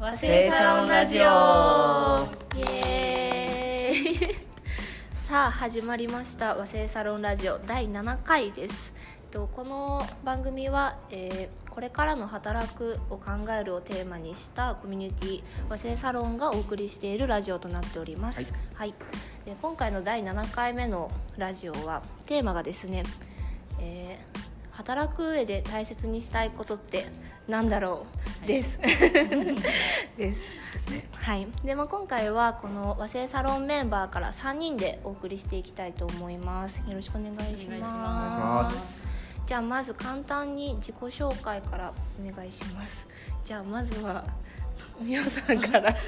和製サロンラジオイエーイさあ始まりました和製サロンラジオ第7回です。この番組は、これからの働くを考えるをテーマにしたコミュニティ和製サロンがお送りしているラジオとなっております。はい、で今回の第7回目のラジオはテーマがですね、働く上で大切にしたいことってなんだろうです、ですね。はい。で、今回はこの和製サロンメンバーから3人でお送りしていきたいと思います。よろしくお願いします。じゃあまず簡単に自己紹介からお願いします。じゃあまずはみおさんからはい、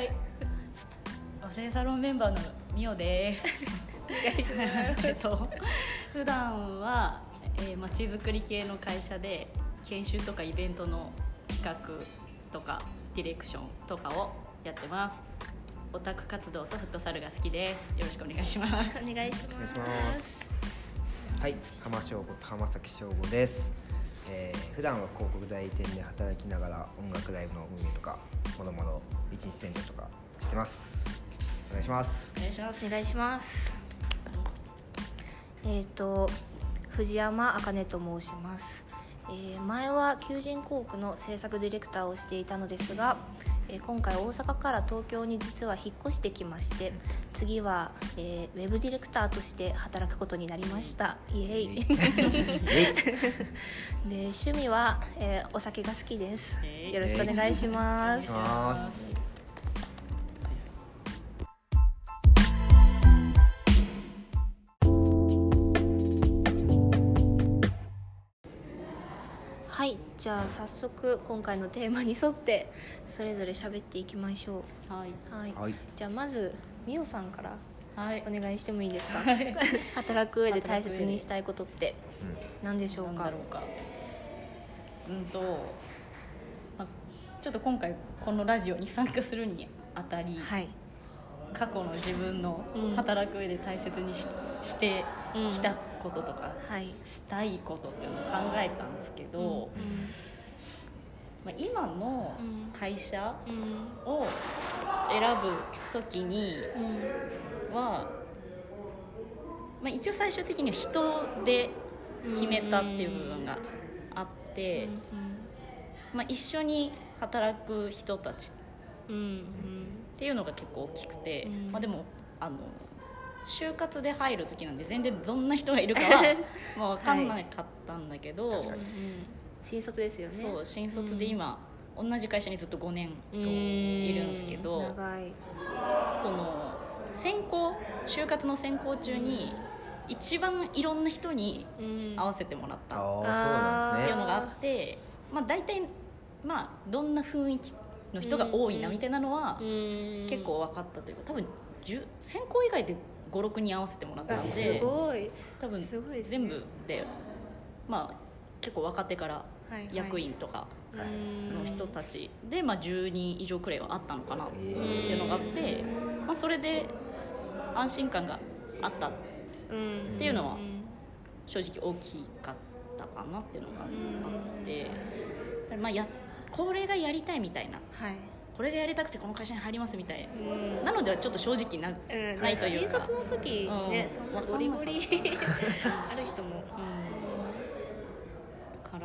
和製サロンメンバーのみおですお願いします。 普段はまちづくり系の会社で研修とかイベントの企画とかディレクションとかをやってます。オタク活動とフットサルが好きです。よろしくお願いします。 お願いします。 はい、浜翔吾と浜崎翔吾です。普段は広告代理店で働きながら音楽ライブの運営とかもろもろ一日店長とかしてます。お願いします。 お願いします。 お願いします。藤山茜と申します。前は求人広告の制作ディレクターをしていたのですが、今回大阪から東京に実は引っ越してきまして、次は、ウェブディレクターとして働くことになりました。イエイで趣味は、お酒が好きです。よろしくお願いします。はい、じゃあ早速今回のテーマに沿ってそれぞれ喋っていきましょう。 はい、 はい、 じゃあまずみおさんからはいお願いしてもいいですか。 はい、 働く上で大切にしたいことって何でしょうか。 なんだろうか。ちょっと今回このラジオに参加するにあたり、 はい、 過去の自分の働く上で大切にしてきたこととか、 はい、 したいことっていうのを考えたんですけど、今の会社を選ぶ時には、一応最終的には人で決めたっていう部分があって、一緒に働く人たちっていうのが結構大きくて、でも就活で入る時なんで全然どんな人がいるかは分かんなかったんだけど、 新卒ですよね。 そう、新卒で今、同じ会社にずっと5年いるんですけど、 長い。 その就活の選考中に一番いろんな人に合わせてもらったっていうのがあって、大体どんな雰囲気の人が多いなみたいなのは結構分かったというか、多分選考以外で5、6人合わせてもらったんで、 すごい多分全部で結構若手から役員とかの人たちで10人以上くらいはあったのかなっていうのがあって、それで安心感があったっていうのは正直大きかったかなっていうのがあって、これがやりたいみたいな、これがやりたくてこの会社に入りますみたいなのではちょっと正直ないというか、 新卒の時にね、そんなゴリゴリある人もから、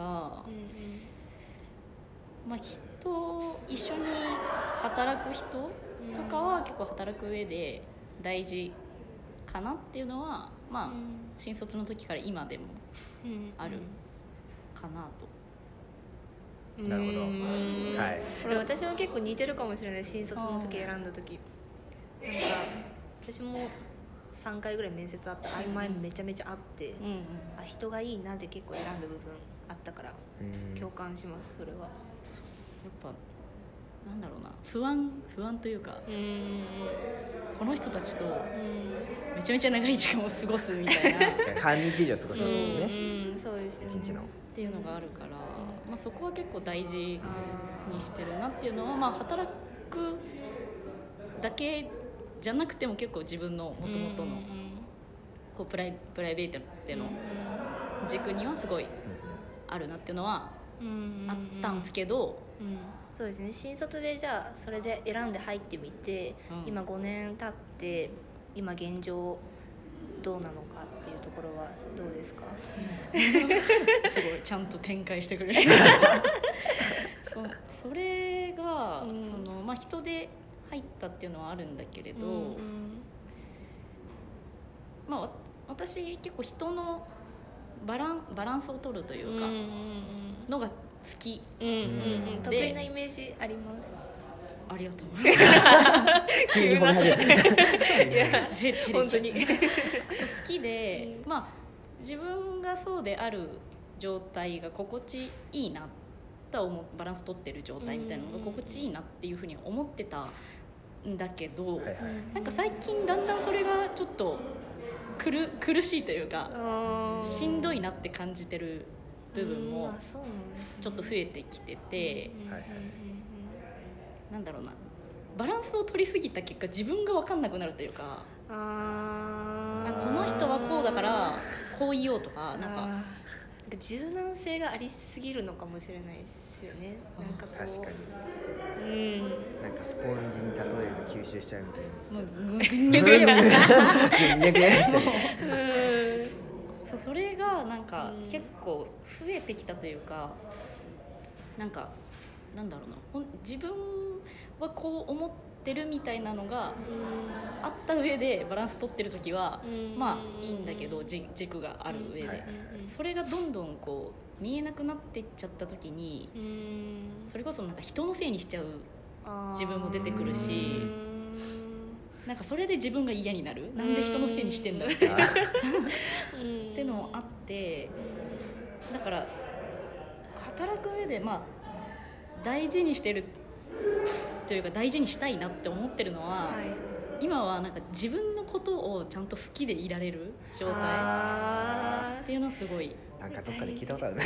一緒に働く人とかは結構働く上で大事かなっていうのは、新卒の時から今でもあるかなと。 なるほど。はい。 これ私も結構似てるかもしれない。新卒の時選んだ時、私も3回ぐらい面接あった。曖昧めちゃめちゃあって、人がいいなって結構選んだ部分あったから共感します。それはやっぱなんだろうな、不安というか、この人たちとめちゃめちゃ長い時間を過ごすみたいな半日以上過ごすんですよね。そうですよね。 一日のっていうのがあるから、そこは結構大事にしてるなっていうのは、働くだけじゃなくても結構自分のもともとのプライベートでの軸にはすごいあるなっていうのはあったんですけど、 そうですね、新卒でじゃあそれで選んで入ってみて、今5年経って今現状どうなのかっていうところはどうですか？ すごいちゃんと展開してくれるそれが、人で入ったっていうのはあるんだけれど、私結構人のバランスを取るというかのが好き、 得意なイメージあります。 ありがとう急に褒め始めた。 いや本当に好きで、自分がそうである状態が心地いいなとは思う、バランス取ってる状態みたいなのが心地いいなっていうふうに思ってたんだけど、なんか最近だんだんそれがちょっと苦しいというかしんどいなって感じてる部分もちょっと増えてきてて、なんだろうな、バランスを取りすぎた結果自分が分かんなくなるというか、この人はこうだからこう言おうとか、なんか柔軟性がありすぎるのかもしれないですよね。なんかこう、 確かに、なんかスポンジに例えると吸収しちゃうみたいな、 ぐにゃぐにゃそうそれがなんか結構増えてきたというか、なんかなんだろうな、自分はこう思ってるみたいなのがあった上でバランス取ってる時はいいんだけど、軸がある上で、それがどんどんこう見えなくなっていっちゃった時に、それこそなんか人のせいにしちゃう自分も出てくるし、なんかそれで自分が嫌になる、なんで人のせいにしてんだみたいなってのもあって、だから働く上で大事にしてるというか大事にしたいなって思ってるのは、今はなんか自分のことをちゃんと好きでいられる状態っていうのはすごいなんかどっかで聞いたことあるね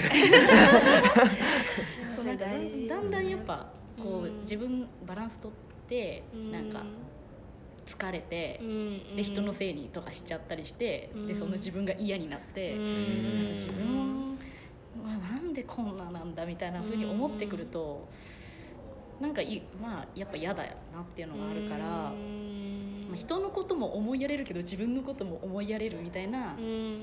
そう、なんかだんだんやっぱこう自分バランス取ってなんか疲れて、で人のせいにとかしちゃったりして、でその自分が嫌になって、なんか自分はなんでこんななんだみたいな風に思ってくると、なんかやっぱ嫌だなっていうのがあるから、人のことも思いやれるけど自分のことも思いやれるみたいな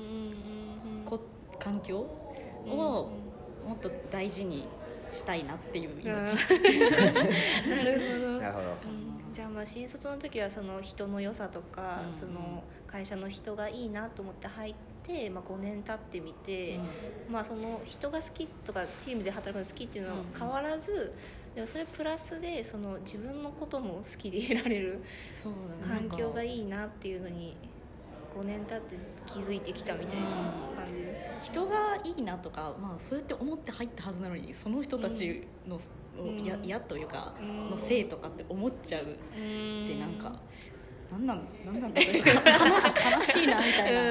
環境をもっと大事にしたいなっていう命。 なるほど。じゃあ新卒の時はその人の良さとか、その会社の人がいいなと思って入って、5年経ってみて、その人が好きとかチームで働くの好きっていうのは変わらず、でもそれプラスでその自分のことも好きでいられる環境がいいなっていうのに5年経って気づいてきたみたいな感じです。 人がいいなとか、そうやって思って入ったはずなのに、その人たちの嫌というかのせいとかって思っちゃうってなんかなんなんだというか悲しいなみたい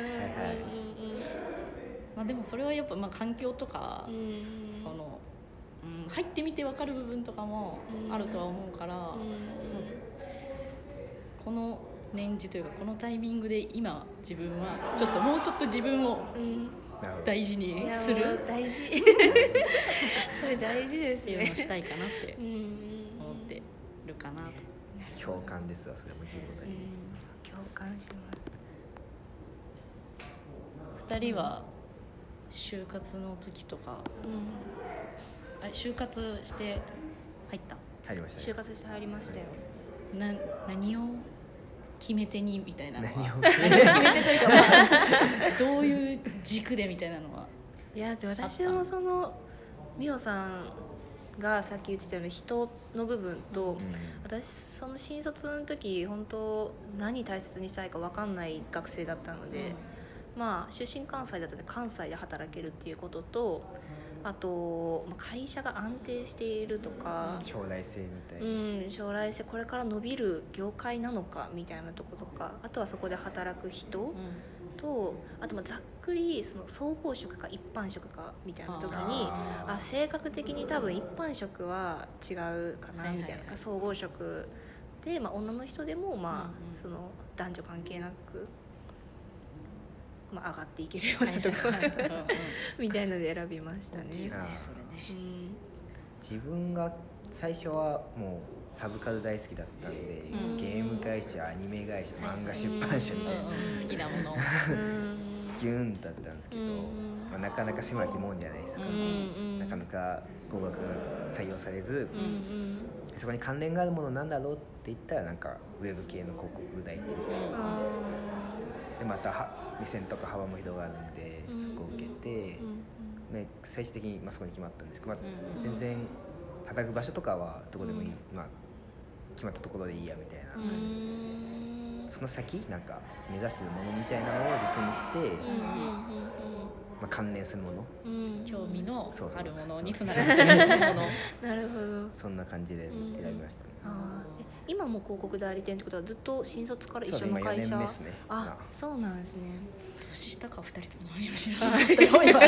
な。でもそれはやっぱ環境とかその入ってみて分かる部分とかもあるとは思うから、この年次というかこのタイミングで今自分はちょっともうちょっと自分を大事にする、 大事それ大事ですね。 っていうのをしたいかなって思ってるかなと。 共感ですわ、それも自分で。 共感します。 2人は就活の時とか、就活して入りました、 就活して入りましたよ。 何を決め手にみたいなのは、 何を決め手というかどういう軸でみたいなのは。 いや私もそのミオさんがさっき言ってたように人の部分と、私その新卒の時本当何大切にしたいか分かんない学生だったので、出身関西だったので関西で働けるっていうことと、あと会社が安定しているとか、 将来性みたいな、 将来性、これから伸びる業界なのかみたいなとことか、あとはそこで働く人と、あとざっくりその総合職か一般職かみたいな時に性格的に多分一般職は違うかなみたいな、総合職で、女の人でもその男女関係なく上がっていけるようなところみたいので選びましたね。 それね、 自分が最初はもうサブカル大好きだったんで、ゲーム会社、アニメ会社、漫画出版社みたいな、 好きなものギュンだったんですけど、なかなか狭きもんじゃないですか、なかなか語学が採用されず、そこに関連があるものなんだろうって言ったらなんかウェブ系の広告代理店で、また2000とか幅も広がるんで、そこを受けて、ね、最終的にそこに決まったんですけど、全然働く場所とかはどこでもいい、決まったところでいいやみたいな感じで、その先なんか目指してるものみたいなのを軸にして、関連するもの、 興味のあるものにつながっているものなるほど、 そんな感じで選びましたね。 今も広告代理店ってことはずっと新卒から一緒の会社？ そうですね、今4年目ですね。 そうなんですね。 年下か2人とも知らなかった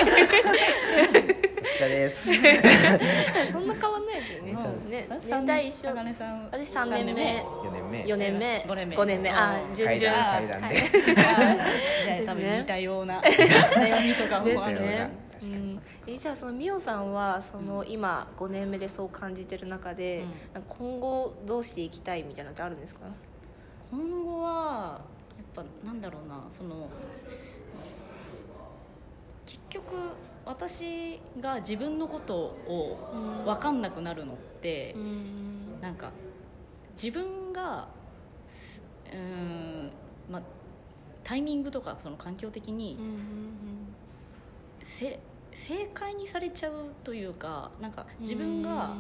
下ですそんな変わんないですよね。年代一緒。私3年目、4年目、5年目、順々 階段でじゃあ多分似たような悩みとかもあるね。 じゃあそのみおさんはその今5年目でそう感じてる中で、今後どうしていきたいみたいなのってあるんですか？ 今後はやっぱなんだろうな、その結局私が自分のことを分かんなくなるのって、なんか自分がタイミングとかその環境的に、正解にされちゃうというか、なんか自分が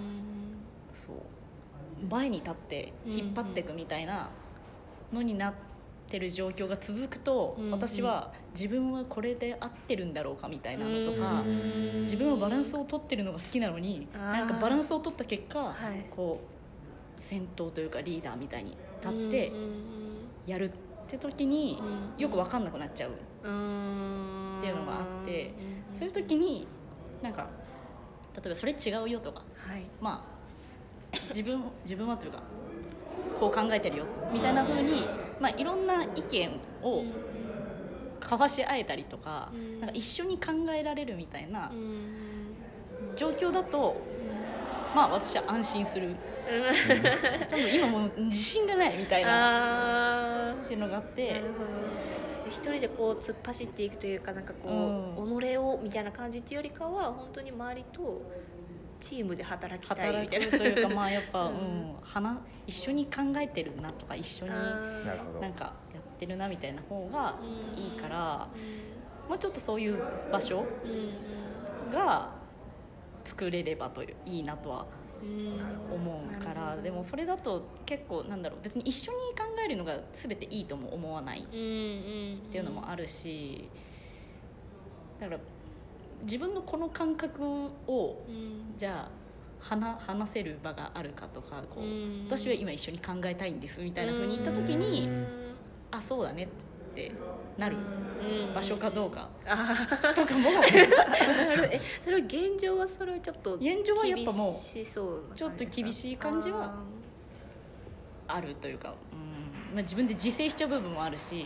そう前に立って引っ張っていくみたいなのになってる状況が続くと、私は自分はこれで合ってるんだろうかみたいなのとか、自分はバランスを取ってるのが好きなのに、なんかバランスを取った結果、こう先頭というかリーダーみたいに立ってやるって時によく分かんなくなっちゃうっていうのがあって、そういう時になんか例えばそれ違うよとか、自分はというかこう考えてるよみたいな風に、いろんな意見を交わし合えたりとか、なんか一緒に考えられるみたいな状況だと、私は安心する。多分今もう自信がないみたいなっていうのがあって、 なるほど。一人でこう突っ走っていくというか、なんかこう、己をみたいな感じっていうよりかは本当に周りとチームで働きたいみたいなというか、やっぱ、一緒に考えてるなとか、一緒になんかやってるなみたいな方がいいから、ちょっとそういう場所が作れればいいなとは思うから。でもそれだと結構別に一緒に考えるのが全ていいとも思わないっていうのもあるし、だから自分のこの感覚をじゃあ話せる場があるかとか、私は今一緒に考えたいんですみたいな風に言った時に、そうだねってなる場所かどうかとかもそれは現状はそれはちょっと現状はやっぱもうちょっと厳しい感じはあるというか、自分で自制しちゃう部分もあるし、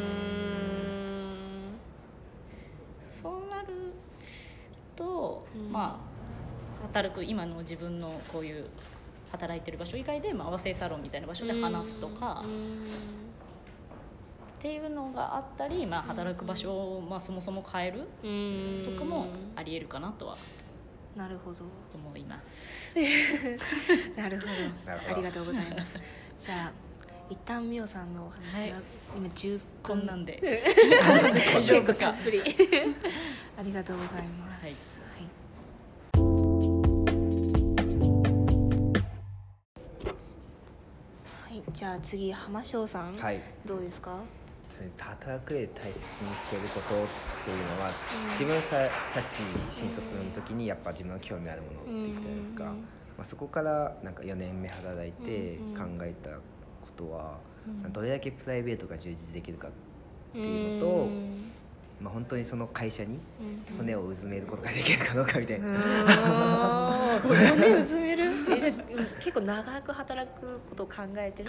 そうなると、働く今の自分のこういう働いてる場所以外で、和製サロンみたいな場所で話すとかっていうのがあったり、働く場所をそもそも変えるとかもありえるかなとはなるほど思いますなるほど、ありがとうございます。じゃあ一旦みおさんのお話は今10分こんなんで大丈夫かたっぷりありがとうございます。じゃあ次浜翔さん、どうですか？ 働くで大切にしていることっていうのは、自分さっき新卒の時にやっぱ自分の興味あるものって言ったじゃないですか、そこからなんか4年目働いて考えたことは、どれだけプライベートが充実できるかっていうのと、本当にその会社に骨をうずめることができるかどうかみたいな。 すごい骨うずめるじゃあ結構長く働くことを考えての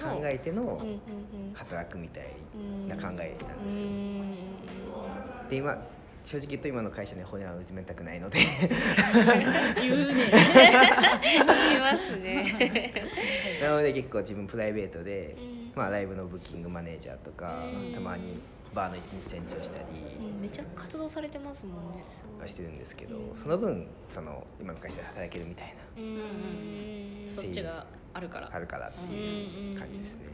働くみたいな考えなんですよ。で今正直言うと今の会社に骨はうずめたくないので言うね言いますねなので結構自分プライベートで、 うんライブのブッキングマネージャーとか、たまにバーの一日店長したりめっちゃ活動されてますもんね。 はしてるんですけど、その分今の会社で働けるみたいなそっちがあるからっていう感じですね。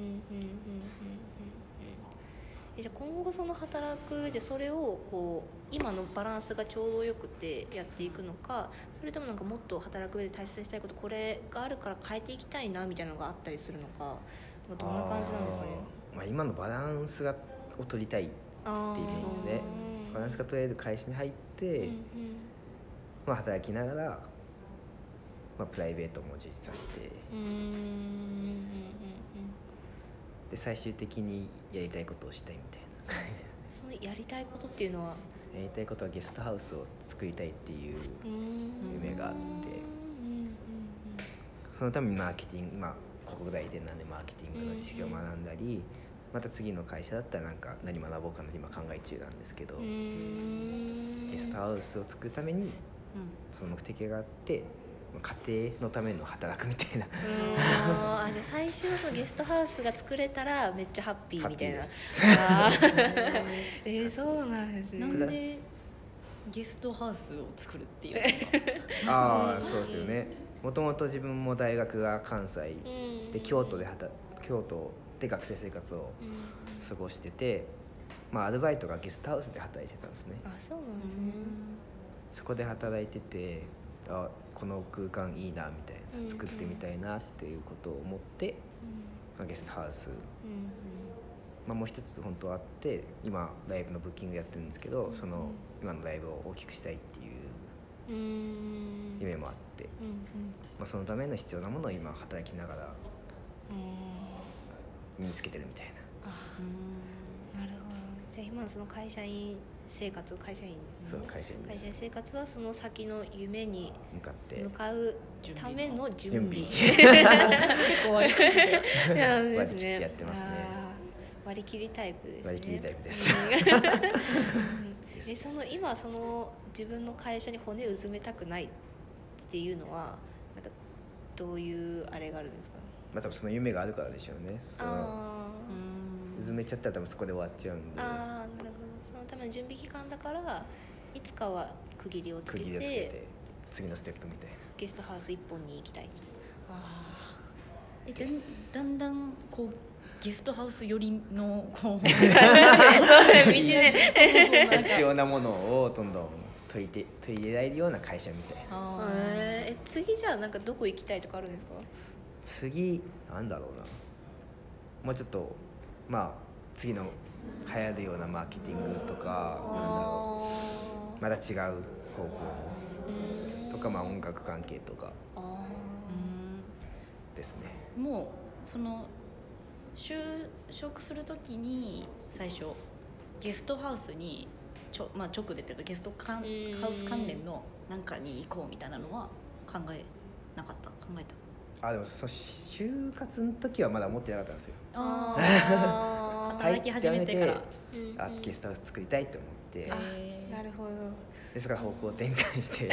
じゃあ今後その働く上でそれをこう今のバランスがちょうどよくてやっていくのか、それともなんかもっと働く上で大切にしたいことこれがあるから変えていきたいなみたいなのがあったりするのか、どんな感じなんですかね。 今のバランスを取りたいっていう意味ですね。バランスが取れる会社に入って、働きながら、プライベートも充実させて、で最終的にやりたいことをしたいみたいな感じですね。 そのやりたいことっていうのは、 やりたいことはゲストハウスを作りたいっていう夢があって、そのためにマーケティング、広告代理店なんでマーケティングの知識を学んだり、また次の会社だったら何学ぼうかな今考え中なんですけど、ゲストハウスを作るためにその目的があって、家庭のための働くみたいな。 じゃあ最初はそのゲストハウスが作れたらめっちゃハッピーみたいな。そうなんですね。 なんでゲストハウスを作るっていうそうですよね。もともと自分も大学が関西で京都で学生生活を過ごしてて、アルバイトがゲストハウスで働いてたんですね。 そうなんですね。 そこで働いてて、この空間いいなみたいな、作ってみたいなっていうことを思って、ゲストハウス、もう一つ本当はあって、今ライブのブッキングやってるんですけど、今のライブを大きくしたいっていう夢もあって、そのための必要なものを今働きながら身につけてるみたいな。 なるほど。じゃあ今のその会社員生活、会社員生活はその先の夢に向かうための準備結構割り切ってやってますね。 割り切りタイプですね。 割り切りタイプです。 今自分の会社に骨うずめたくないっていうのはなんかどういうあれがあるんですか。 多分その夢があるからでしょうね。うずめちゃったら多分そこで終わっちゃうんで。 なるほど。そのための準備期間だからいつかは区切りをつけて次のステップみたいな。 ゲストハウス一本に行きたい。 じゃあだんだんこうゲストハウス寄りのこう必要なものをどんどん取り入れられるような会社みたいな。 次じゃあなんかどこ行きたいとかあるんですか。 次なんだろうな。もうちょっと次の流行るようなマーケティングとかまた違う方向とか音楽関係とかですね。 もうその就職するときに最初ゲストハウスに直でというかゲストハウス関連の何かに行こうみたいなのは考えた。 でも就活の時はまだ思ってなかったんですよ。 働き始めてからゲストハウス作りたいと思って、 なるほど。 でそれから方向転換して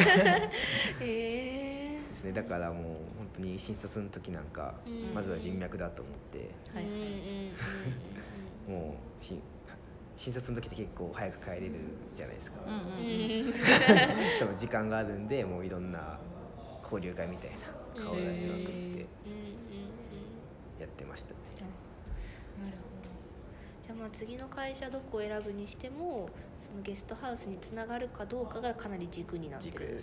ですね。だからもう本当に新卒の時なんか、まずは人脈だと思って、もう新卒の時って結構早く帰れるじゃないですか。多分時間があるんで、もういろんな交流会みたいな顔出しまくってやってましたね。 なるほど。じゃあ次の会社どこを選ぶにしてもそのゲストハウスにつながるかどうかがかなり軸になってる。 軸です。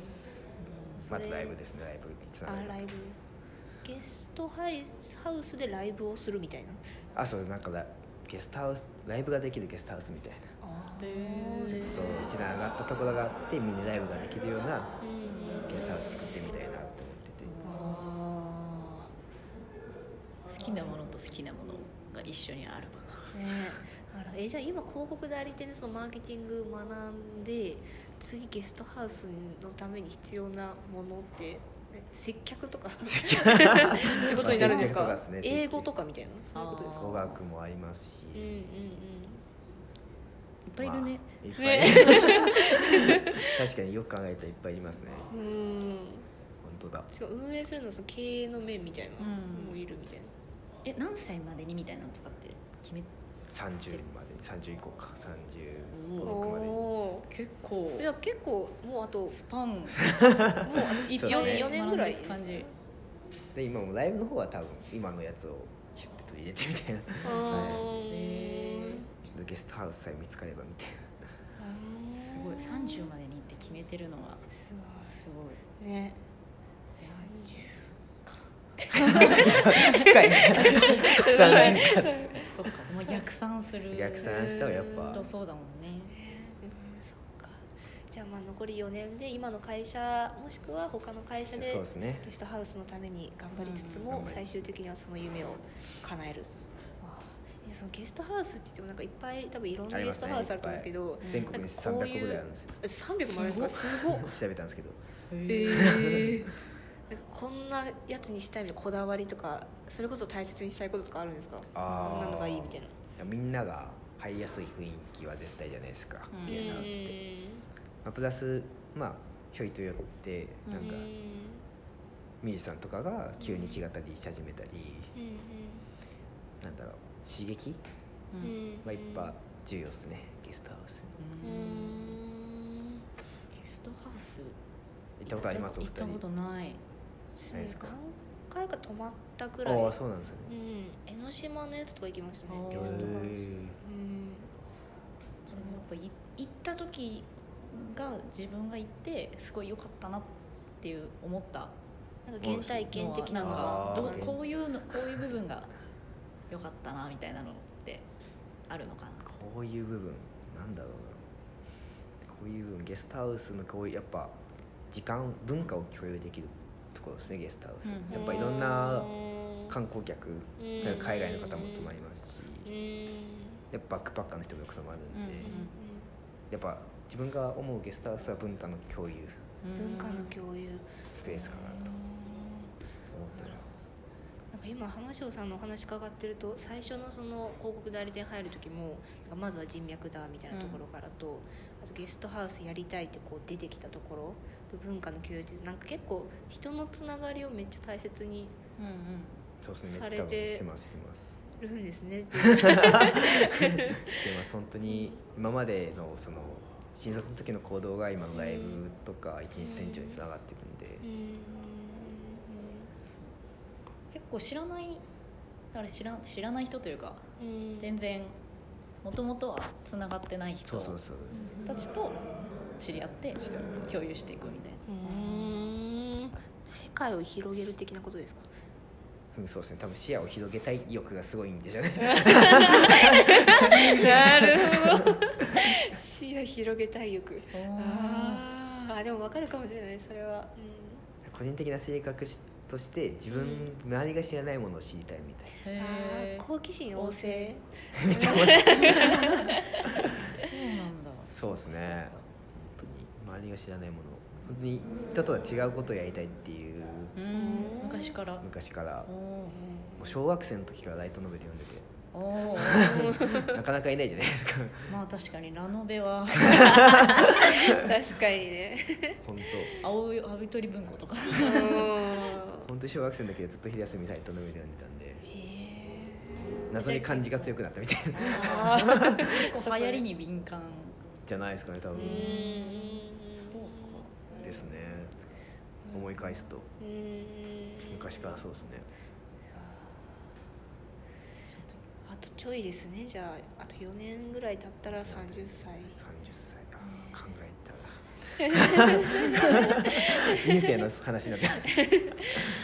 まずライブですね。 ライブゲストハウスでライブをするみたいな。 そうなんかゲストハウスライブができるゲストハウスみたいな。ちょっと一段上がったところがあってミニライブができるようなゲストハウス作ってみたいなと思ってて。 好きなものと好きなものが一緒にあるばか。 じゃあ今広告代理店でそのマーケティング学んで次ゲストハウスのために必要なものって接客とかってことになるんですか。英語とかみたいなそういうことですか。 語学もありますし、 ぱいいるね、 いっぱい確かによく考えたらいっぱいいますね。本当だ。 しかも運営するのその経営の面みたいなのもいるみたいな、 何歳までにみたいなのとかって決め 30まで30以降か35、 6まで結構いや結構もうあとスパンもうあと 4年ぐらい感じで今もライブの方は多分今のやつをシュッと入れてみたいなゲストハウスさえ見つかればみたいなすごい30までにって決めてるのがすごいね 30か深いそっかもう逆算する逆算したらやっぱそうだもんねそっかじゃあまあ残り4年で今の会社もしくは他の会社でゲストハウスのために頑張りつつも最終的にはその夢を叶えるそのゲストハウスって言ってもなんかいっぱい多分いろんなゲストハウスあると思うんですけど、 全国に300個ぐらいあるんですよ。 300もあるんですか？すごい調べたんですけどこんなやつにしたいみたいなこだわりとかそれこそ大切にしたいこととかあるんですか？こんなのがいいみたいな。いやみんなが入りやすい雰囲気は絶対じゃないですか、ゲストハウスって、プラスまあひょいとよってなんかミュージシャンとかが急に弾き語りし始めたり、なんだろう刺激はいっぱい重要ですね、ゲストハウス。 ゲストハウス行ったことあります？ 行ったことない。 ないですか？ 何回か泊まったくらい。 ああそうなんですよね。 江ノ島のやつとか行きましたね、ゲストハウス。 やっぱ行った時が自分が行ってすごい良かったなっていう思ったなんか原体験的なのがこういう部分が良かったなみたいなのってあるのかな。 こういう部分なんだろうな、こういう部分ゲストハウスのこういうやっぱ文化を共有できるところですね、ゲストハウス、やっぱいろんな観光客、海外の方も泊まりますし、やっぱバックパッカーの人もよく泊まるんで、やっぱ自分が思うゲストハウスは文化の共有スペースかなと思ってます。 なんか今浜翔さんのお話伺ってると最初のその広告代理店入る時もまずは人脈だみたいなところからと、あとゲストハウスやりたいってこう出てきたところと文化の共有ってなんか結構人のつながりをめっちゃ大切にされてるんですね。 本当に今までのその新卒の時の行動が今のライブとか一日店長につながってるんで、 結構知らない人というか、全然もともとはつながってない人たちと知り合って共有していくみたいな。 世界を広げる的なことですか？ そうですね、多分視野を広げたい欲がすごいんでしょうね。 なるほど。視野広げたい欲。でも分かるかもしれない、それは。 個人的な性格として自分、周りが知らないものを知りたいみたいな。 好奇心旺盛。 めっちゃそうなんだ。そうですね。本当に周りが知らないもの、本当に人とは違うことをやりたいっていう。 昔からもう小学生の時からライトノベル読んでてなかなかいないじゃないですか。 まあ確かにラノベは確かにね。 本当青い鳥文庫とか本当に小学生の時はずっと昼休みライトノベル読んでたんで、謎に感じが強くなったみたいな。 結構流行りに敏感じゃないですかね、多分。そうかですね。思い返すと昔からそうですね。 あとちょいですね。じゃああと4年ぐらい経ったら30歳考えたら人生の話になってます。確かにプ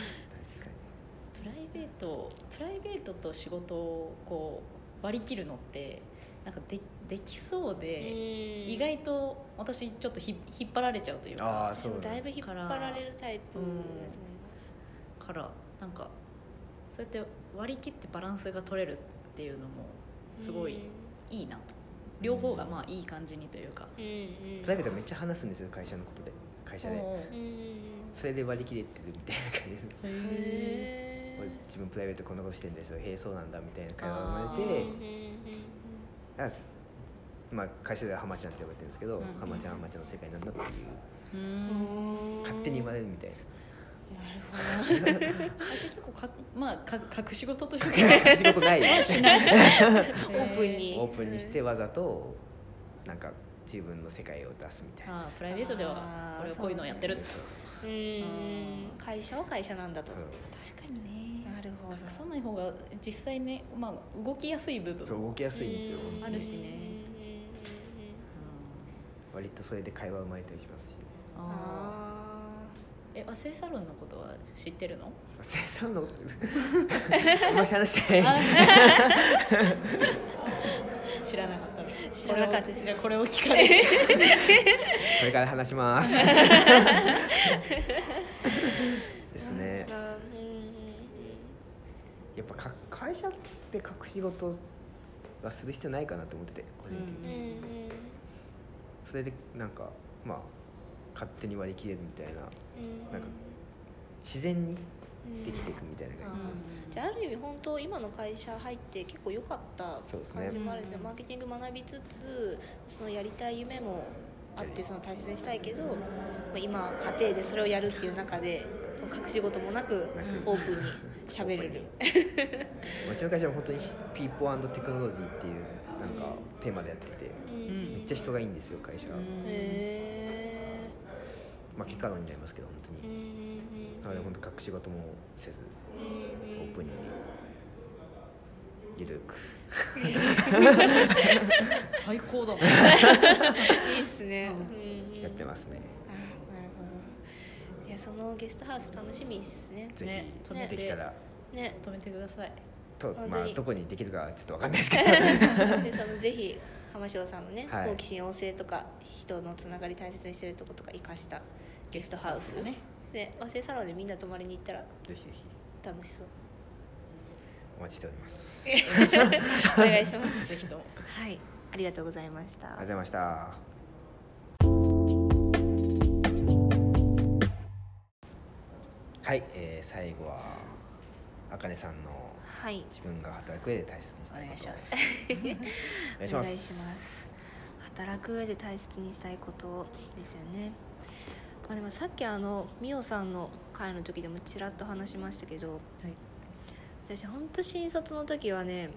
ライベートと仕事をこう割り切るのってなんかできそうで、意外と私ちょっと引っ張られちゃうというか、 だいぶ引っ張られるタイプからなんかそうやって割り切ってバランスが取れるっていうのもすごいいいなと、両方がまあいい感じにというか、 プライベートめっちゃ話すんですよ、会社のことで、会社でそれで割り切れてるみたいな感じです。自分プライベートこんなことしてるんですよ、へえそうなんだみたいな会話が生まれて、 まあ、会社ではハマちゃんって呼ばれてるんですけど、ハマちゃんの世界なんだっていう勝手に言われるみたいな。 なるほど。じゃあ結構まあ隠し事というか隠し事ないしないオープンにしてわざとなんか自分の世界を出すみたいな。 プライベートでは俺はこういうのをやってる。 会社は会社なんだと。確かにね。なるほど。 隠さない方が実際ね、まあ動きやすい部分そう動きやすいんですよ。 あるしね。 割とそれで会話生まれたりしますし。 和製サロンのことは知ってるの？ 和製サロンのもし話したい。 知らなかったの。 知らなかったです。 これを聞かれる。 これから話しますですね。やっぱ会社って隠し事はする必要ないかなと思ってて、個人的に。それでなんかまあ勝手に割り切れるみたいな、なんか自然にできていくみたいな感じ。じゃあある意味本当今の会社入って結構良かった感じもあるんですね。マーケティング学びつつ、そのやりたい夢もあって、その大切にしたいけど、今家庭でそれをやるっていう中で隠し事もなくオープンに喋れる。 うちの会社は本当にピーポー&テクノロジーっていうなんかテーマでやってて、めっちゃ人がいいんですよ会社。まあ結果論になりますけど本当に。なので本当隠し事もせずオープンにゆるく。 最高だ。いいっすね。 やってますね。 なるほど。いやそのゲストハウス楽しみですね。 ぜひできたらね止めてください。 まあどこにできるかちょっと分かんないですけど。 でぜひ浜翔さんのね、好奇心旺盛とか人のつながり大切にしてるとことか生かしたゲストハウスね。で和製サロンでみんな泊まりに行ったらぜひぜひ楽しそう。 お待ちしております。 お願いします。 ぜひとも。 はい、ありがとうございました。 ありがとうございました。はい、最後はあかねさんの自分が働く上で大切にしたいこと。 お願いします。働く上で大切にしたいことですよね。まあ、でもさっきみおさんの会の時でもちらっと話しましたけど、私本当新卒の時はね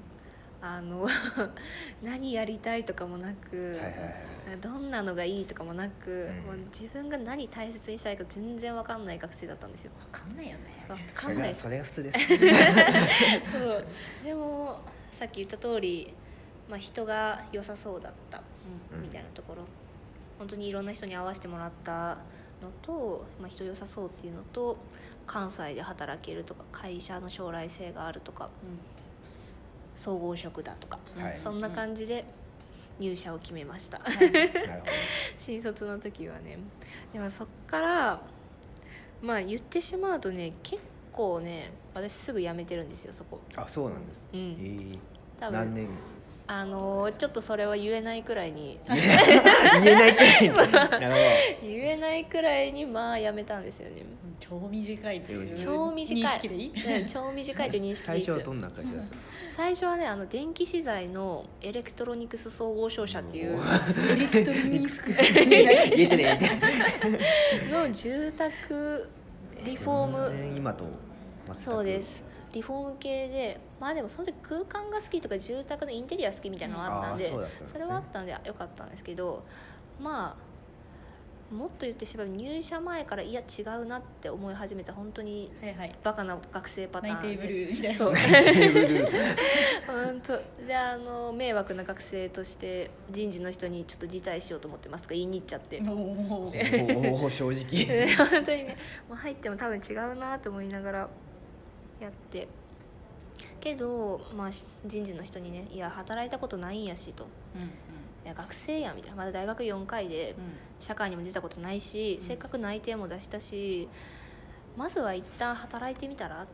何やりたいとかもなく、どんなのがいいとかもなく、もう自分が何大切にしたいか全然分かんない学生だったんですよ。 分かんないよね。 分かんない。 それが普通ですそうでもさっき言った通り、人が良さそうだったみたいなところ、本当にいろんな人に会わせてもらったのと、人良さそうっていうのと、関西で働けるとか会社の将来性があるとか、総合職だとか、そんな感じで入社を決めました、新卒の時はね。でもそっから言ってしまうとね、結構ね私すぐ辞めてるんですよそこ。 あ、そうなんですね。多分何年？ ちょっとそれは言えないくらいに言えないくらいになるほど。 言えないくらいに辞めたんですよね。 超短いっていう超短い認識でいい？ 超短いと認識でいいです。 最初はどんな会社だったんですか？ 最初はね電気資材のエレクトロニクス総合商社っていうエレクトロニクス言えてねの住宅リフォーム、 今とそうですリフォーム系で、でもその時空間が好きとか住宅のインテリア好きみたいなのがあったんで、それはあったんでよかったんですけど、もっと言ってしまう入社前から違うなって思い始めた本当にバカな学生パターンで、 ナイテーブルーみたいな。 そう本当で迷惑な学生として人事の人にちょっと辞退しようと思ってますとか言いに行っちゃって正直本当にね、もう入っても多分違うなと思いながらやってけど、人事の人にね、いや働いたことないんやしと、いや学生やみたいな、まだ大学4回で社会にも出たことないし、せっかく内定も出したし、まずは一旦働いてみたらって、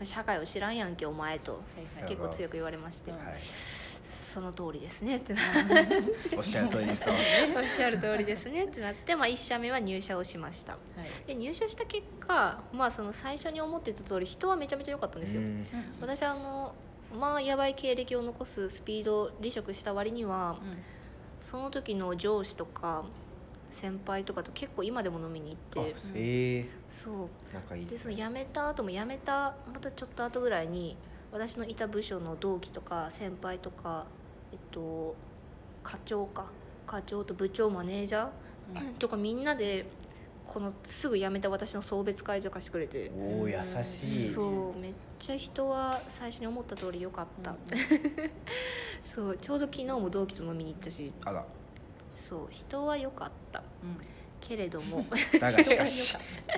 社会を知らんやんけお前と、結構強く言われまして、その通りですねっておっしゃる通りですとおっしゃる通りですねってなって、1社目は入社をしました、で入社した結果、その最初に思ってた通り人はめちゃめちゃ良かったんですよ、私まあやばい経歴を残すスピード離職した割には、その時の上司とか先輩とかと結構今でも飲みに行って、そう仲いいですね。 でその辞めた後も辞めたまたちょっと後ぐらいに私のいた部署の同期とか先輩とか、課長と部長マネージャー、とかみんなでこのすぐ辞めた私の送別会とかしてくれて、 おお優しい。 そうめっちゃ人は最初に思った通り良かった、そうちょうど昨日も同期と飲みに行ったし、 あら、 そう人は良かった、けれどもだがしかし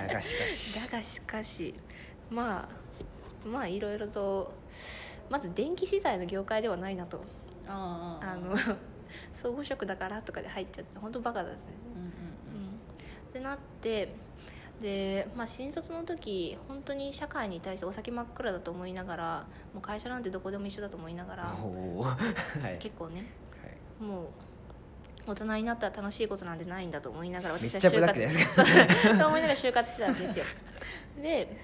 まあいろいろとまず電気資材の業界ではないなと、総合職だからとかで入っちゃって本当バカだですね、ってなってで、新卒の時本当に社会に対してお先真っ暗だと思いながら、もう会社なんてどこでも一緒だと思いながら、結構ね、もう大人になったら楽しいことなんてないんだと思いながら私は就活そう思いながら就活してたわけですよ。で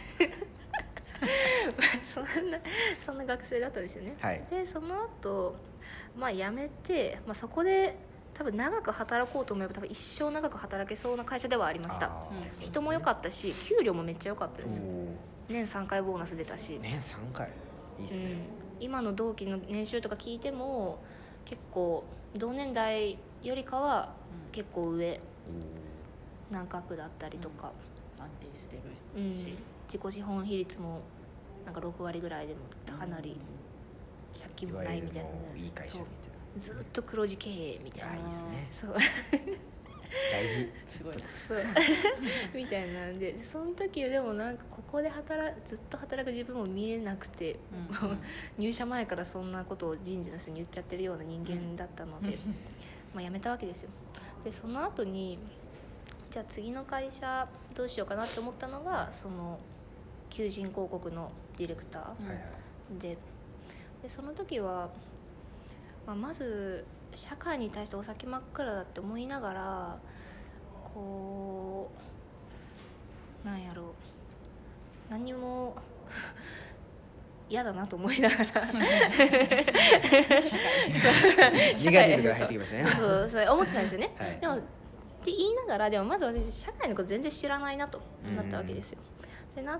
そんな学生だったんですよね、でその後、辞めて、そこで多分長く働こうと思えば多分一生長く働けそうな会社ではありました。人も良かったし給料もめっちゃ良かったです。年3回ボーナス出たし、 年3回いいですね、 今の同期の年収とか聞いても結構同年代よりかは結構上、何角だったりとか、 安定してるし、 自己資本比率もなんか6割ぐらいでもかなり借金もないみたいな、 いい会社みたいな、 ずっと黒字経営みたいな、 いいですね、 そう大事、 すごいそうみたいなんで、その時はでもなんかここでずっと働く自分も見えなくて、入社前からそんなことを人事の人に言っちゃってるような人間だったので、辞めたわけですよ。でその後にじゃあ次の会社どうしようかなって思ったのがその求人広告のディレクターで、その時は、まず社会に対してお先真っ暗だって思いながら、こうなんやろう、何も嫌だなと思いながらネガティブが入ってきますね。 そう思ってたんですよね、でもって言いながら、でもまず私社会のこと全然知らないなとなったわけですよ。ってなって、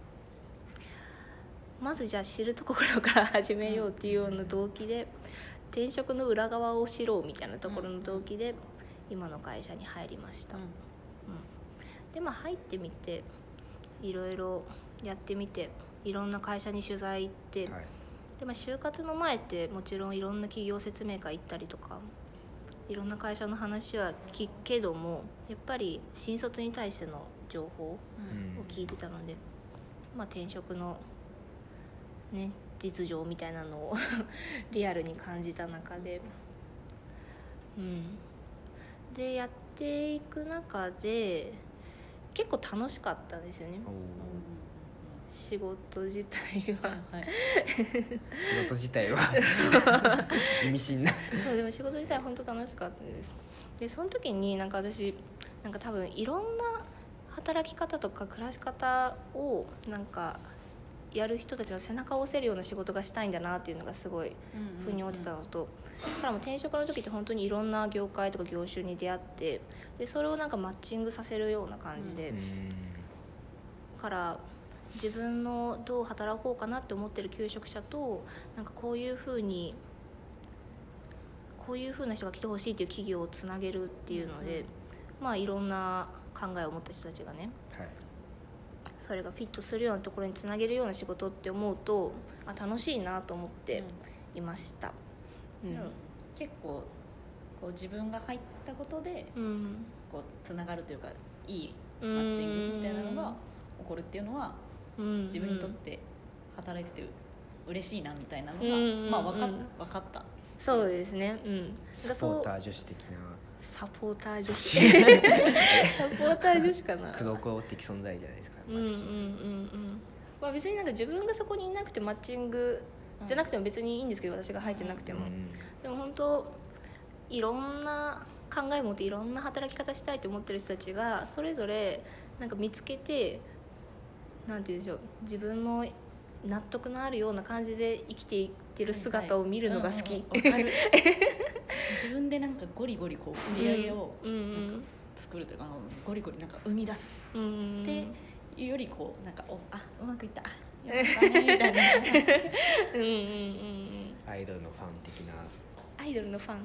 まずじゃあ知るところから始めようっていうような動機で、転職の裏側を知ろうみたいなところの動機で今の会社に入りました、で入ってみていろいろやってみて、いろんな会社に取材行って、で就活の前ってもちろんいろんな企業説明会行ったりとかいろんな会社の話は聞くけども、やっぱり新卒に対しての情報を聞いてたので、転職のね実情みたいなのをリアルに感じた中で、でやっていく中で結構楽しかったんですよね、仕事自体は、 仕事自体は意味深なそうでも仕事自体は本当楽しかったです。でその時になんか私なんか多分いろんな働き方とか暮らし方をなんかやる人たちの背中を押せるような仕事がしたいんだなっていうのがすごい腑に落ちたのと、だからもう転職の時って本当にいろんな業界とか業種に出会って、でそれをなんかマッチングさせるような感じで、から自分のどう働こうかなって思ってる求職者となんかこういう風な人が来てほしいっていう企業をつなげるっていうので、いろんな考えを持った人たちがね、それがフィットするようなところにつなげるような仕事って思うと楽しいなと思っていました、 結構こう自分が入ったことで、こうつながるというかいいマッチングみたいなのが起こるっていうのは、自分にとって働いてて嬉しいなみたいなのが、分かった。 そうですね、 サポーター女子的なサポーター女子サポーター女子かな、 黒子的存在じゃないですか、 別になんか自分がそこにいなくてマッチングじゃなくても別にいいんですけど、私が入ってなくても、でも本当いろんな考えを持っていろんな働き方したいと思ってる人たちがそれぞれなんか見つけて、なんて言うんでしょう、自分の納得のあるような感じで生きていってる姿を見るのが好き、 わかる自分でなんかゴリゴリこう売り上げをなんか作るというか、ゴリゴリなんか生み出すっていうよりこうなんかうまくいったよかったねみたいなアイドルのファン的なアイドルのファン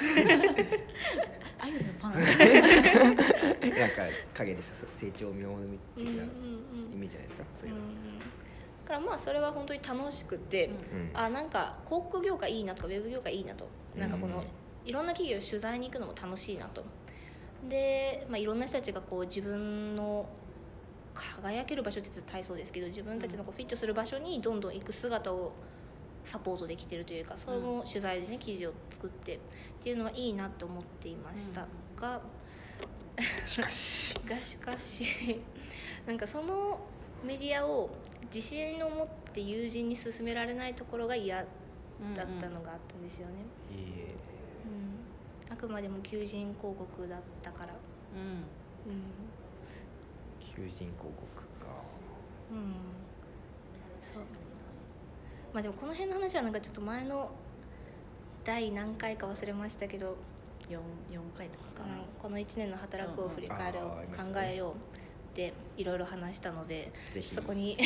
アイドルのファンなんか陰で成長を見守る的なイメージじゃないですか、そういうの。 だからまあそれは本当に楽しくて、なんか広告業界いいなとかウェブ業界いいなと、なんかこのいろんな企業を取材に行くのも楽しいなと。で、いろんな人たちがこう自分の輝ける場所って言ったら大層ですけど、自分たちのこうフィットする場所にどんどん行く姿をサポートできてるというか、その取材でね記事を作ってっていうのはいいなと思っていましたが、しかしなんかそのメディアを自信を持って友人に勧められないところが嫌だったのがあったんですよね。あくまでも求人広告だったから。 求人広告か。 そう。でもこの辺の話はなんかちょっと前の第何回か忘れましたけど、 4回とかかな、 この1年の働くを振り返るを考えようっていろいろ話したので、そこに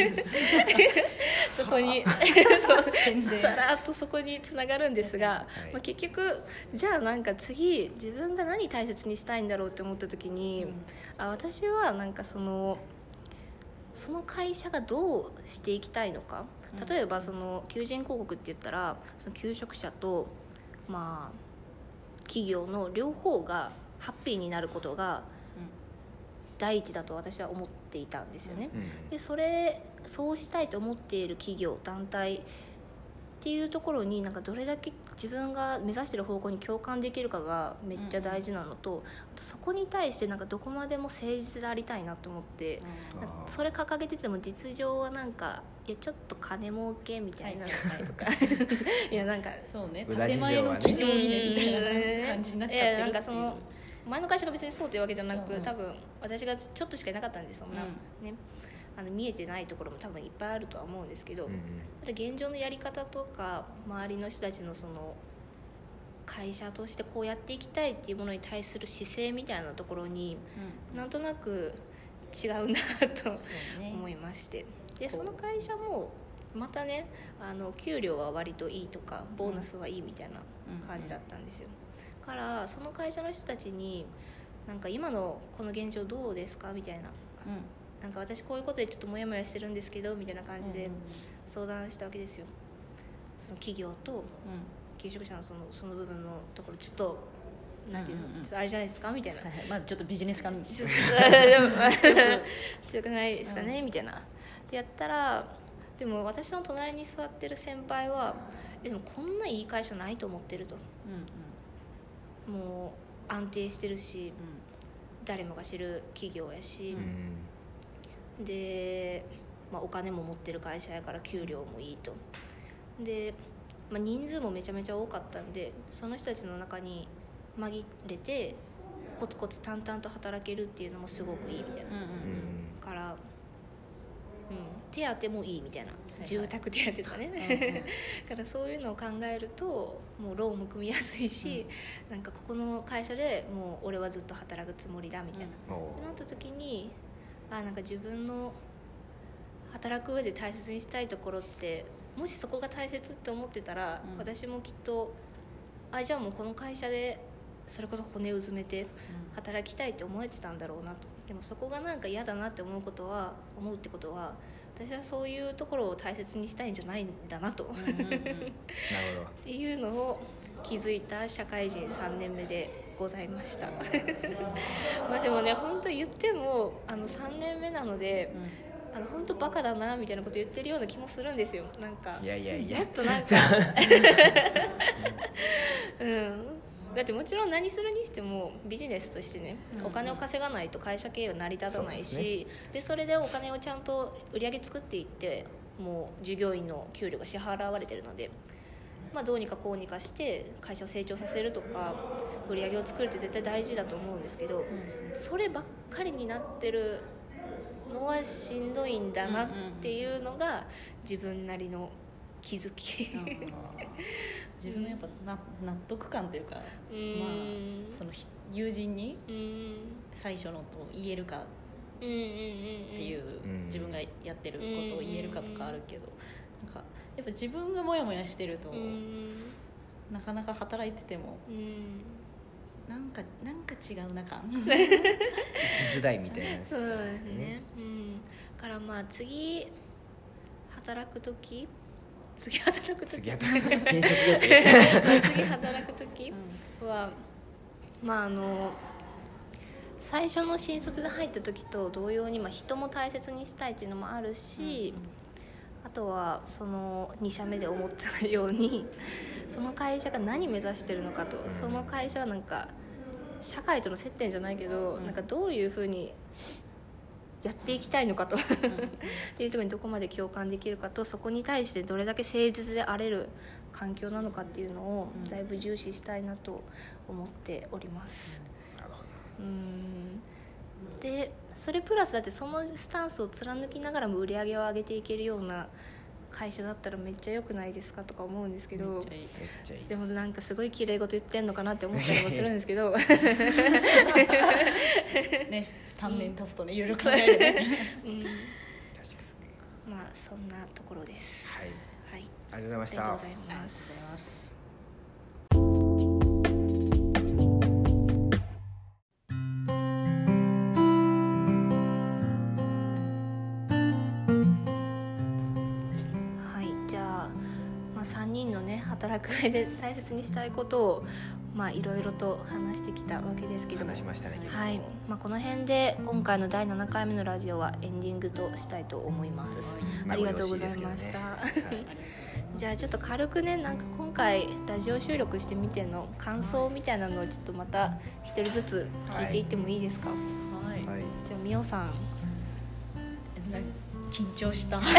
さらっとそこにつながるんですが、結局じゃあなんか次自分が何大切にしたいんだろうって思った時に、私はなんかその会社がどうしていきたいのか。例えばその求人広告って言ったら、その求職者と企業の両方がハッピーになることが第一だと私は思っていたんですよね。でそうしたいと思っている企業団体っていうところになんかどれだけ自分が目指している方向に共感できるかがめっちゃ大事なのと、そこに対してなんかどこまでも誠実でありたいなと思って、それ掲げてても実情はなんかちょっと金儲けみたいなとかいやなんかそうね、建前の企業理念みたいな感じになっちゃってるっていう。 なんかその前の会社が別にそうというわけじゃなく、多分私がちょっとしかいなかったんで、そんな、ね、見えてないところも多分いっぱいあるとは思うんですけど、ただ現状のやり方とか周りの人たちのその会社としてこうやっていきたいっていうものに対する姿勢みたいなところに、なんとなく違うなと思いまして、でその会社もまたね給料は割といいとかボーナスはいいみたいな感じだったんですよ。からその会社の人たちになんか今のこの現状どうですかみたいな、なんか私こういうことでちょっとモヤモヤしてるんですけどみたいな感じで相談したわけですよ。その企業と求職者のその部分のところちょっとなんていうの、あれじゃないですかみたいな、 ちょっとビジネス感強くないですかね、みたいなでやったら、でも私の隣に座ってる先輩はでもこんないい会社ないと思ってると、もう安定してるし、誰もが知る企業やし、で、お金も持ってる会社やから給料もいいと。で、人数もめちゃめちゃ多かったんで、その人たちの中に紛れてコツコツ淡々と働けるっていうのもすごくいいみたいな、から、手当もいいみたいな、住宅手当とかねだからそういうのを考えるともうローンも組みやすいし、なんかここの会社でもう俺はずっと働くつもりだみたいな、ってなった時になんか自分の働く上で大切にしたいところって、もしそこが大切って思ってたら、私もきっとじゃあもうこの会社でそれこそ骨をうずめて働きたいって思えてたんだろうなと。でもそこがなんか嫌だなって思うってことは、私はそういうところを大切にしたいんじゃないんだなとっていうのを気づいた社会人3年目でございましたでもね、本当言っても3年目なので、本当バカだなみたいなこと言ってるような気もするんですよ。なんかいやもっとなんかだってもちろん何するにしてもビジネスとしてね、お金を稼がないと会社経営は成り立たないし、それでお金をちゃんと売り上げ作っていって、もう従業員の給料が支払われてるので、どうにかこうにかして会社を成長させるとか売り上げを作るって絶対大事だと思うんですけど、そればっかりになってるのはしんどいんだなっていうのが自分なりの気づき自分のやっぱ納得感というか、まあその友人に最初のと言えるかっていう自分がやってることを言えるかとかあるけど、なんかやっぱ自分がモヤモヤしてるとなかなか働いててもなんか違うな感生きづらいみたいな。 そうですね。だからまあ次働く時次働く時はまあ最初の新卒で入った時と同様に、人も大切にしたいっていうのもあるし、あとはその2社目で思ったようにその会社が何目指してるのかと、その会社はなんか社会との接点じゃないけど、なんかどういうふうにやっていきたいのかとっていうところにどこまで共感できるかと、そこに対してどれだけ誠実であれる環境なのかっていうのをだいぶ重視したいなと思っております。でそれプラスだってそのスタンスを貫きながらも売り上げを上げていけるような会社だったらめっちゃ良くないですかとか思うんですけど、でもなんかすごい綺麗事言ってんのかなって思ったりもするんですけどね、 3年経つとねいろいろ考えるねまあそんなところです。 はい、 はい、 ありがとうございました。 ありがとうございます。3人のね働く上で大切にしたいことをいろいろと話してきたわけですけども、 話しましたね。 はい、この辺で今回の第7回目のラジオはエンディングとしたいと思います。ありがとうございました、じゃあちょっと軽くね、なんか今回ラジオ収録してみての感想みたいなのをちょっとまた一人ずつ聞いていってもいいですか？はい、じゃあみおさん。 緊張した緊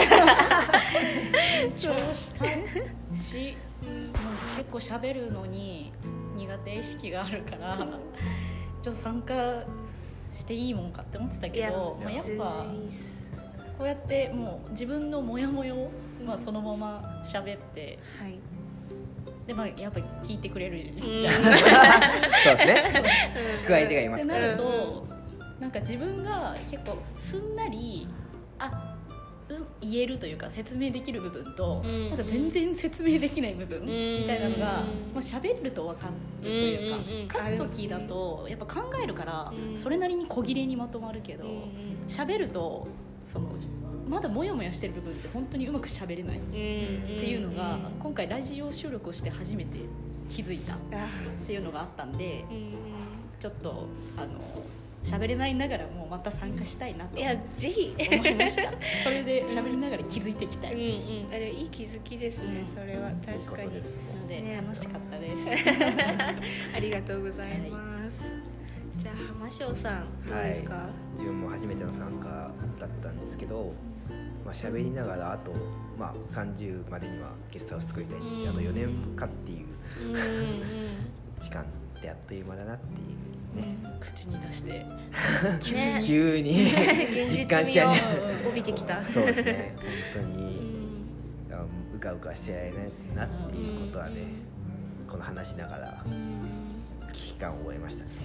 張したし、もう結構喋るのに苦手意識があるからちょっと参加していいもんかって思ってたけど、やっぱこうやってもう自分のモヤモヤを、そのまま喋って、でやっぱり聞いてくれるじゃんそうですね聞く相手がいますから。 ってなるとなんか自分が結構すんなり言えるというか説明できる部分と、なんか全然説明できない部分みたいなのが、喋ると分かるというか、書く時だとやっぱ考えるからそれなりに小切れにまとまるけど、喋るとそのまだモヤモヤしてる部分って本当にうまく喋れないっていうのが今回ラジオ収録をして初めて気づいたっていうのがあったんで、ちょっと喋れないながらもまた参加したいなとぜひ思いましたそれで喋りながら気づいていきたい、 いい気づきですね、それは確かに。 なので、楽しかったですありがとうございます、じゃあ浜翔さんどうですか？ 自分も初めての参加だったんですけど、喋りながらあと、30までにはゲストハウス作りたいって言って、あと4年かっていう時間ってあっという間だなっていう口に出して急に実感し始め帯びてきたそうですね、本当にうかうかしてられないなっていうことはね、この話しながら危機感を覚えましたね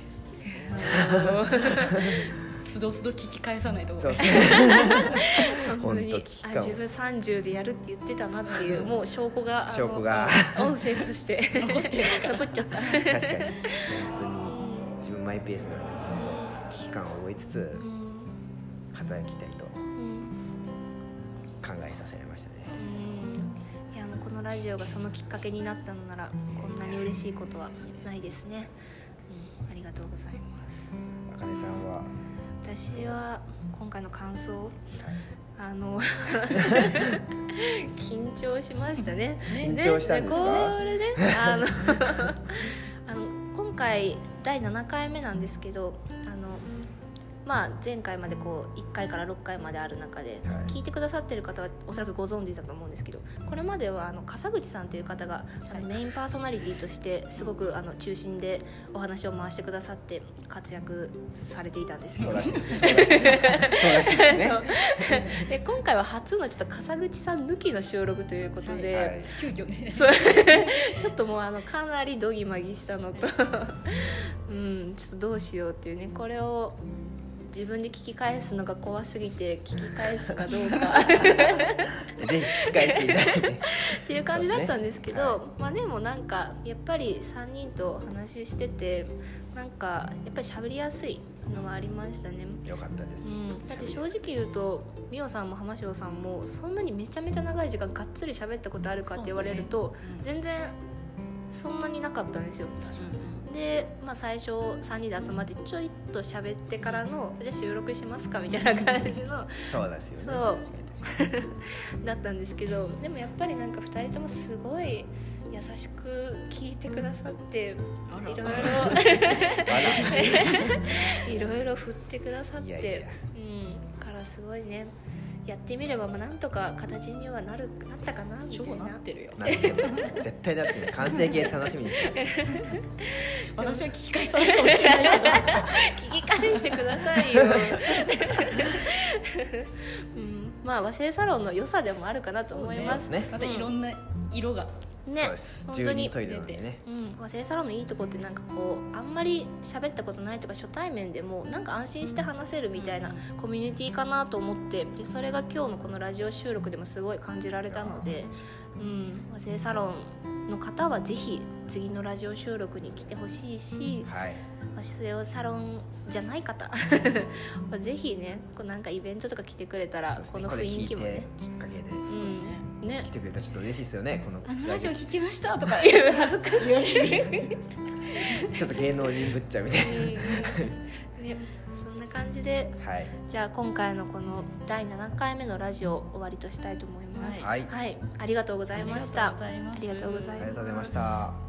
つどつど聞き返さないと。 そうですね本当に自分30でやるって言ってたなっていうもう証拠が音声として残っちゃった確かに本当に自分マイペースなんで危機感を覚えつつ働きたいと考えさせられましたね。 いやもうこのラジオがそのきっかけになったのならこんなに嬉しいことはないですね、ありがとうございます。 あかねさんは？ 私は今回の感想、緊張しましたね。 緊張したんですか？ これね今回第7回目なんですけど、 まあ、前回までこう1回から6回まである中で、聞いてくださってる方はおそらくご存知だと思うんですけど、これまでは笠口さんという方がメインパーソナリティとしてすごく中心でお話を回してくださって活躍されていたんですけど、そうらしいですねで今回は初のちょっと笠口さん抜きの収録ということで、 急遽ねちょっともうかなりドギマギしたのとうん、ちょっとどうしようっていうね、これを自分で聞き返すのが怖すぎて聞き返すかどうかぜひ聞き返していただいてっていう感じだったんですけど、まあでもなんかやっぱり3人と話しててなんかやっぱり喋りやすいのはありましたね。 よかったです、 だって正直言うとみおさんも浜翔さんもそんなにめちゃめちゃ長い時間がっつり喋ったことあるかって言われると、全然そんなになかったんですよ。で、まあ、最初3人で集まってちょいっと喋ってからのじゃあ収録しますかみたいな感じのそうですよね、 そうだったんですけど、でもやっぱりなんか2人ともすごい優しく聞いてくださっていろいろ振ってくださってからすごいね、やってみればなんとか形にはなったかなみたいな。 超なってるよ。 なってます絶対だって完成形楽しみにして私は聞き返さないかもしれないけど聞き返してくださいよ、まあ和製サロンの良さでもあるかなと思いますね。 またいろんな色がね、そうです本当にトイレなんでね、 和製サロンのいいとこってなんかこうあんまり喋ったことないとか初対面でもなんか安心して話せるみたいなコミュニティかなと思って、でそれが今日のこのラジオ収録でもすごい感じられたので、和製サロンの方はぜひ次のラジオ収録に来てほしいし、和製サロンじゃない方ぜひねこうなんかイベントとか来てくれたら、この雰囲気もねきっかけでね、 来てくれたらちょっと嬉しいですよね。このラジオ聞きましたとか恥ずかしいちょっと芸能人ぶっちゃうみたいなね、そんな感じで、じゃあ今回のこの第7回目のラジオ終わりとしたいと思います。ありがとうございました。 ありがとうございました。 ありがとうございました。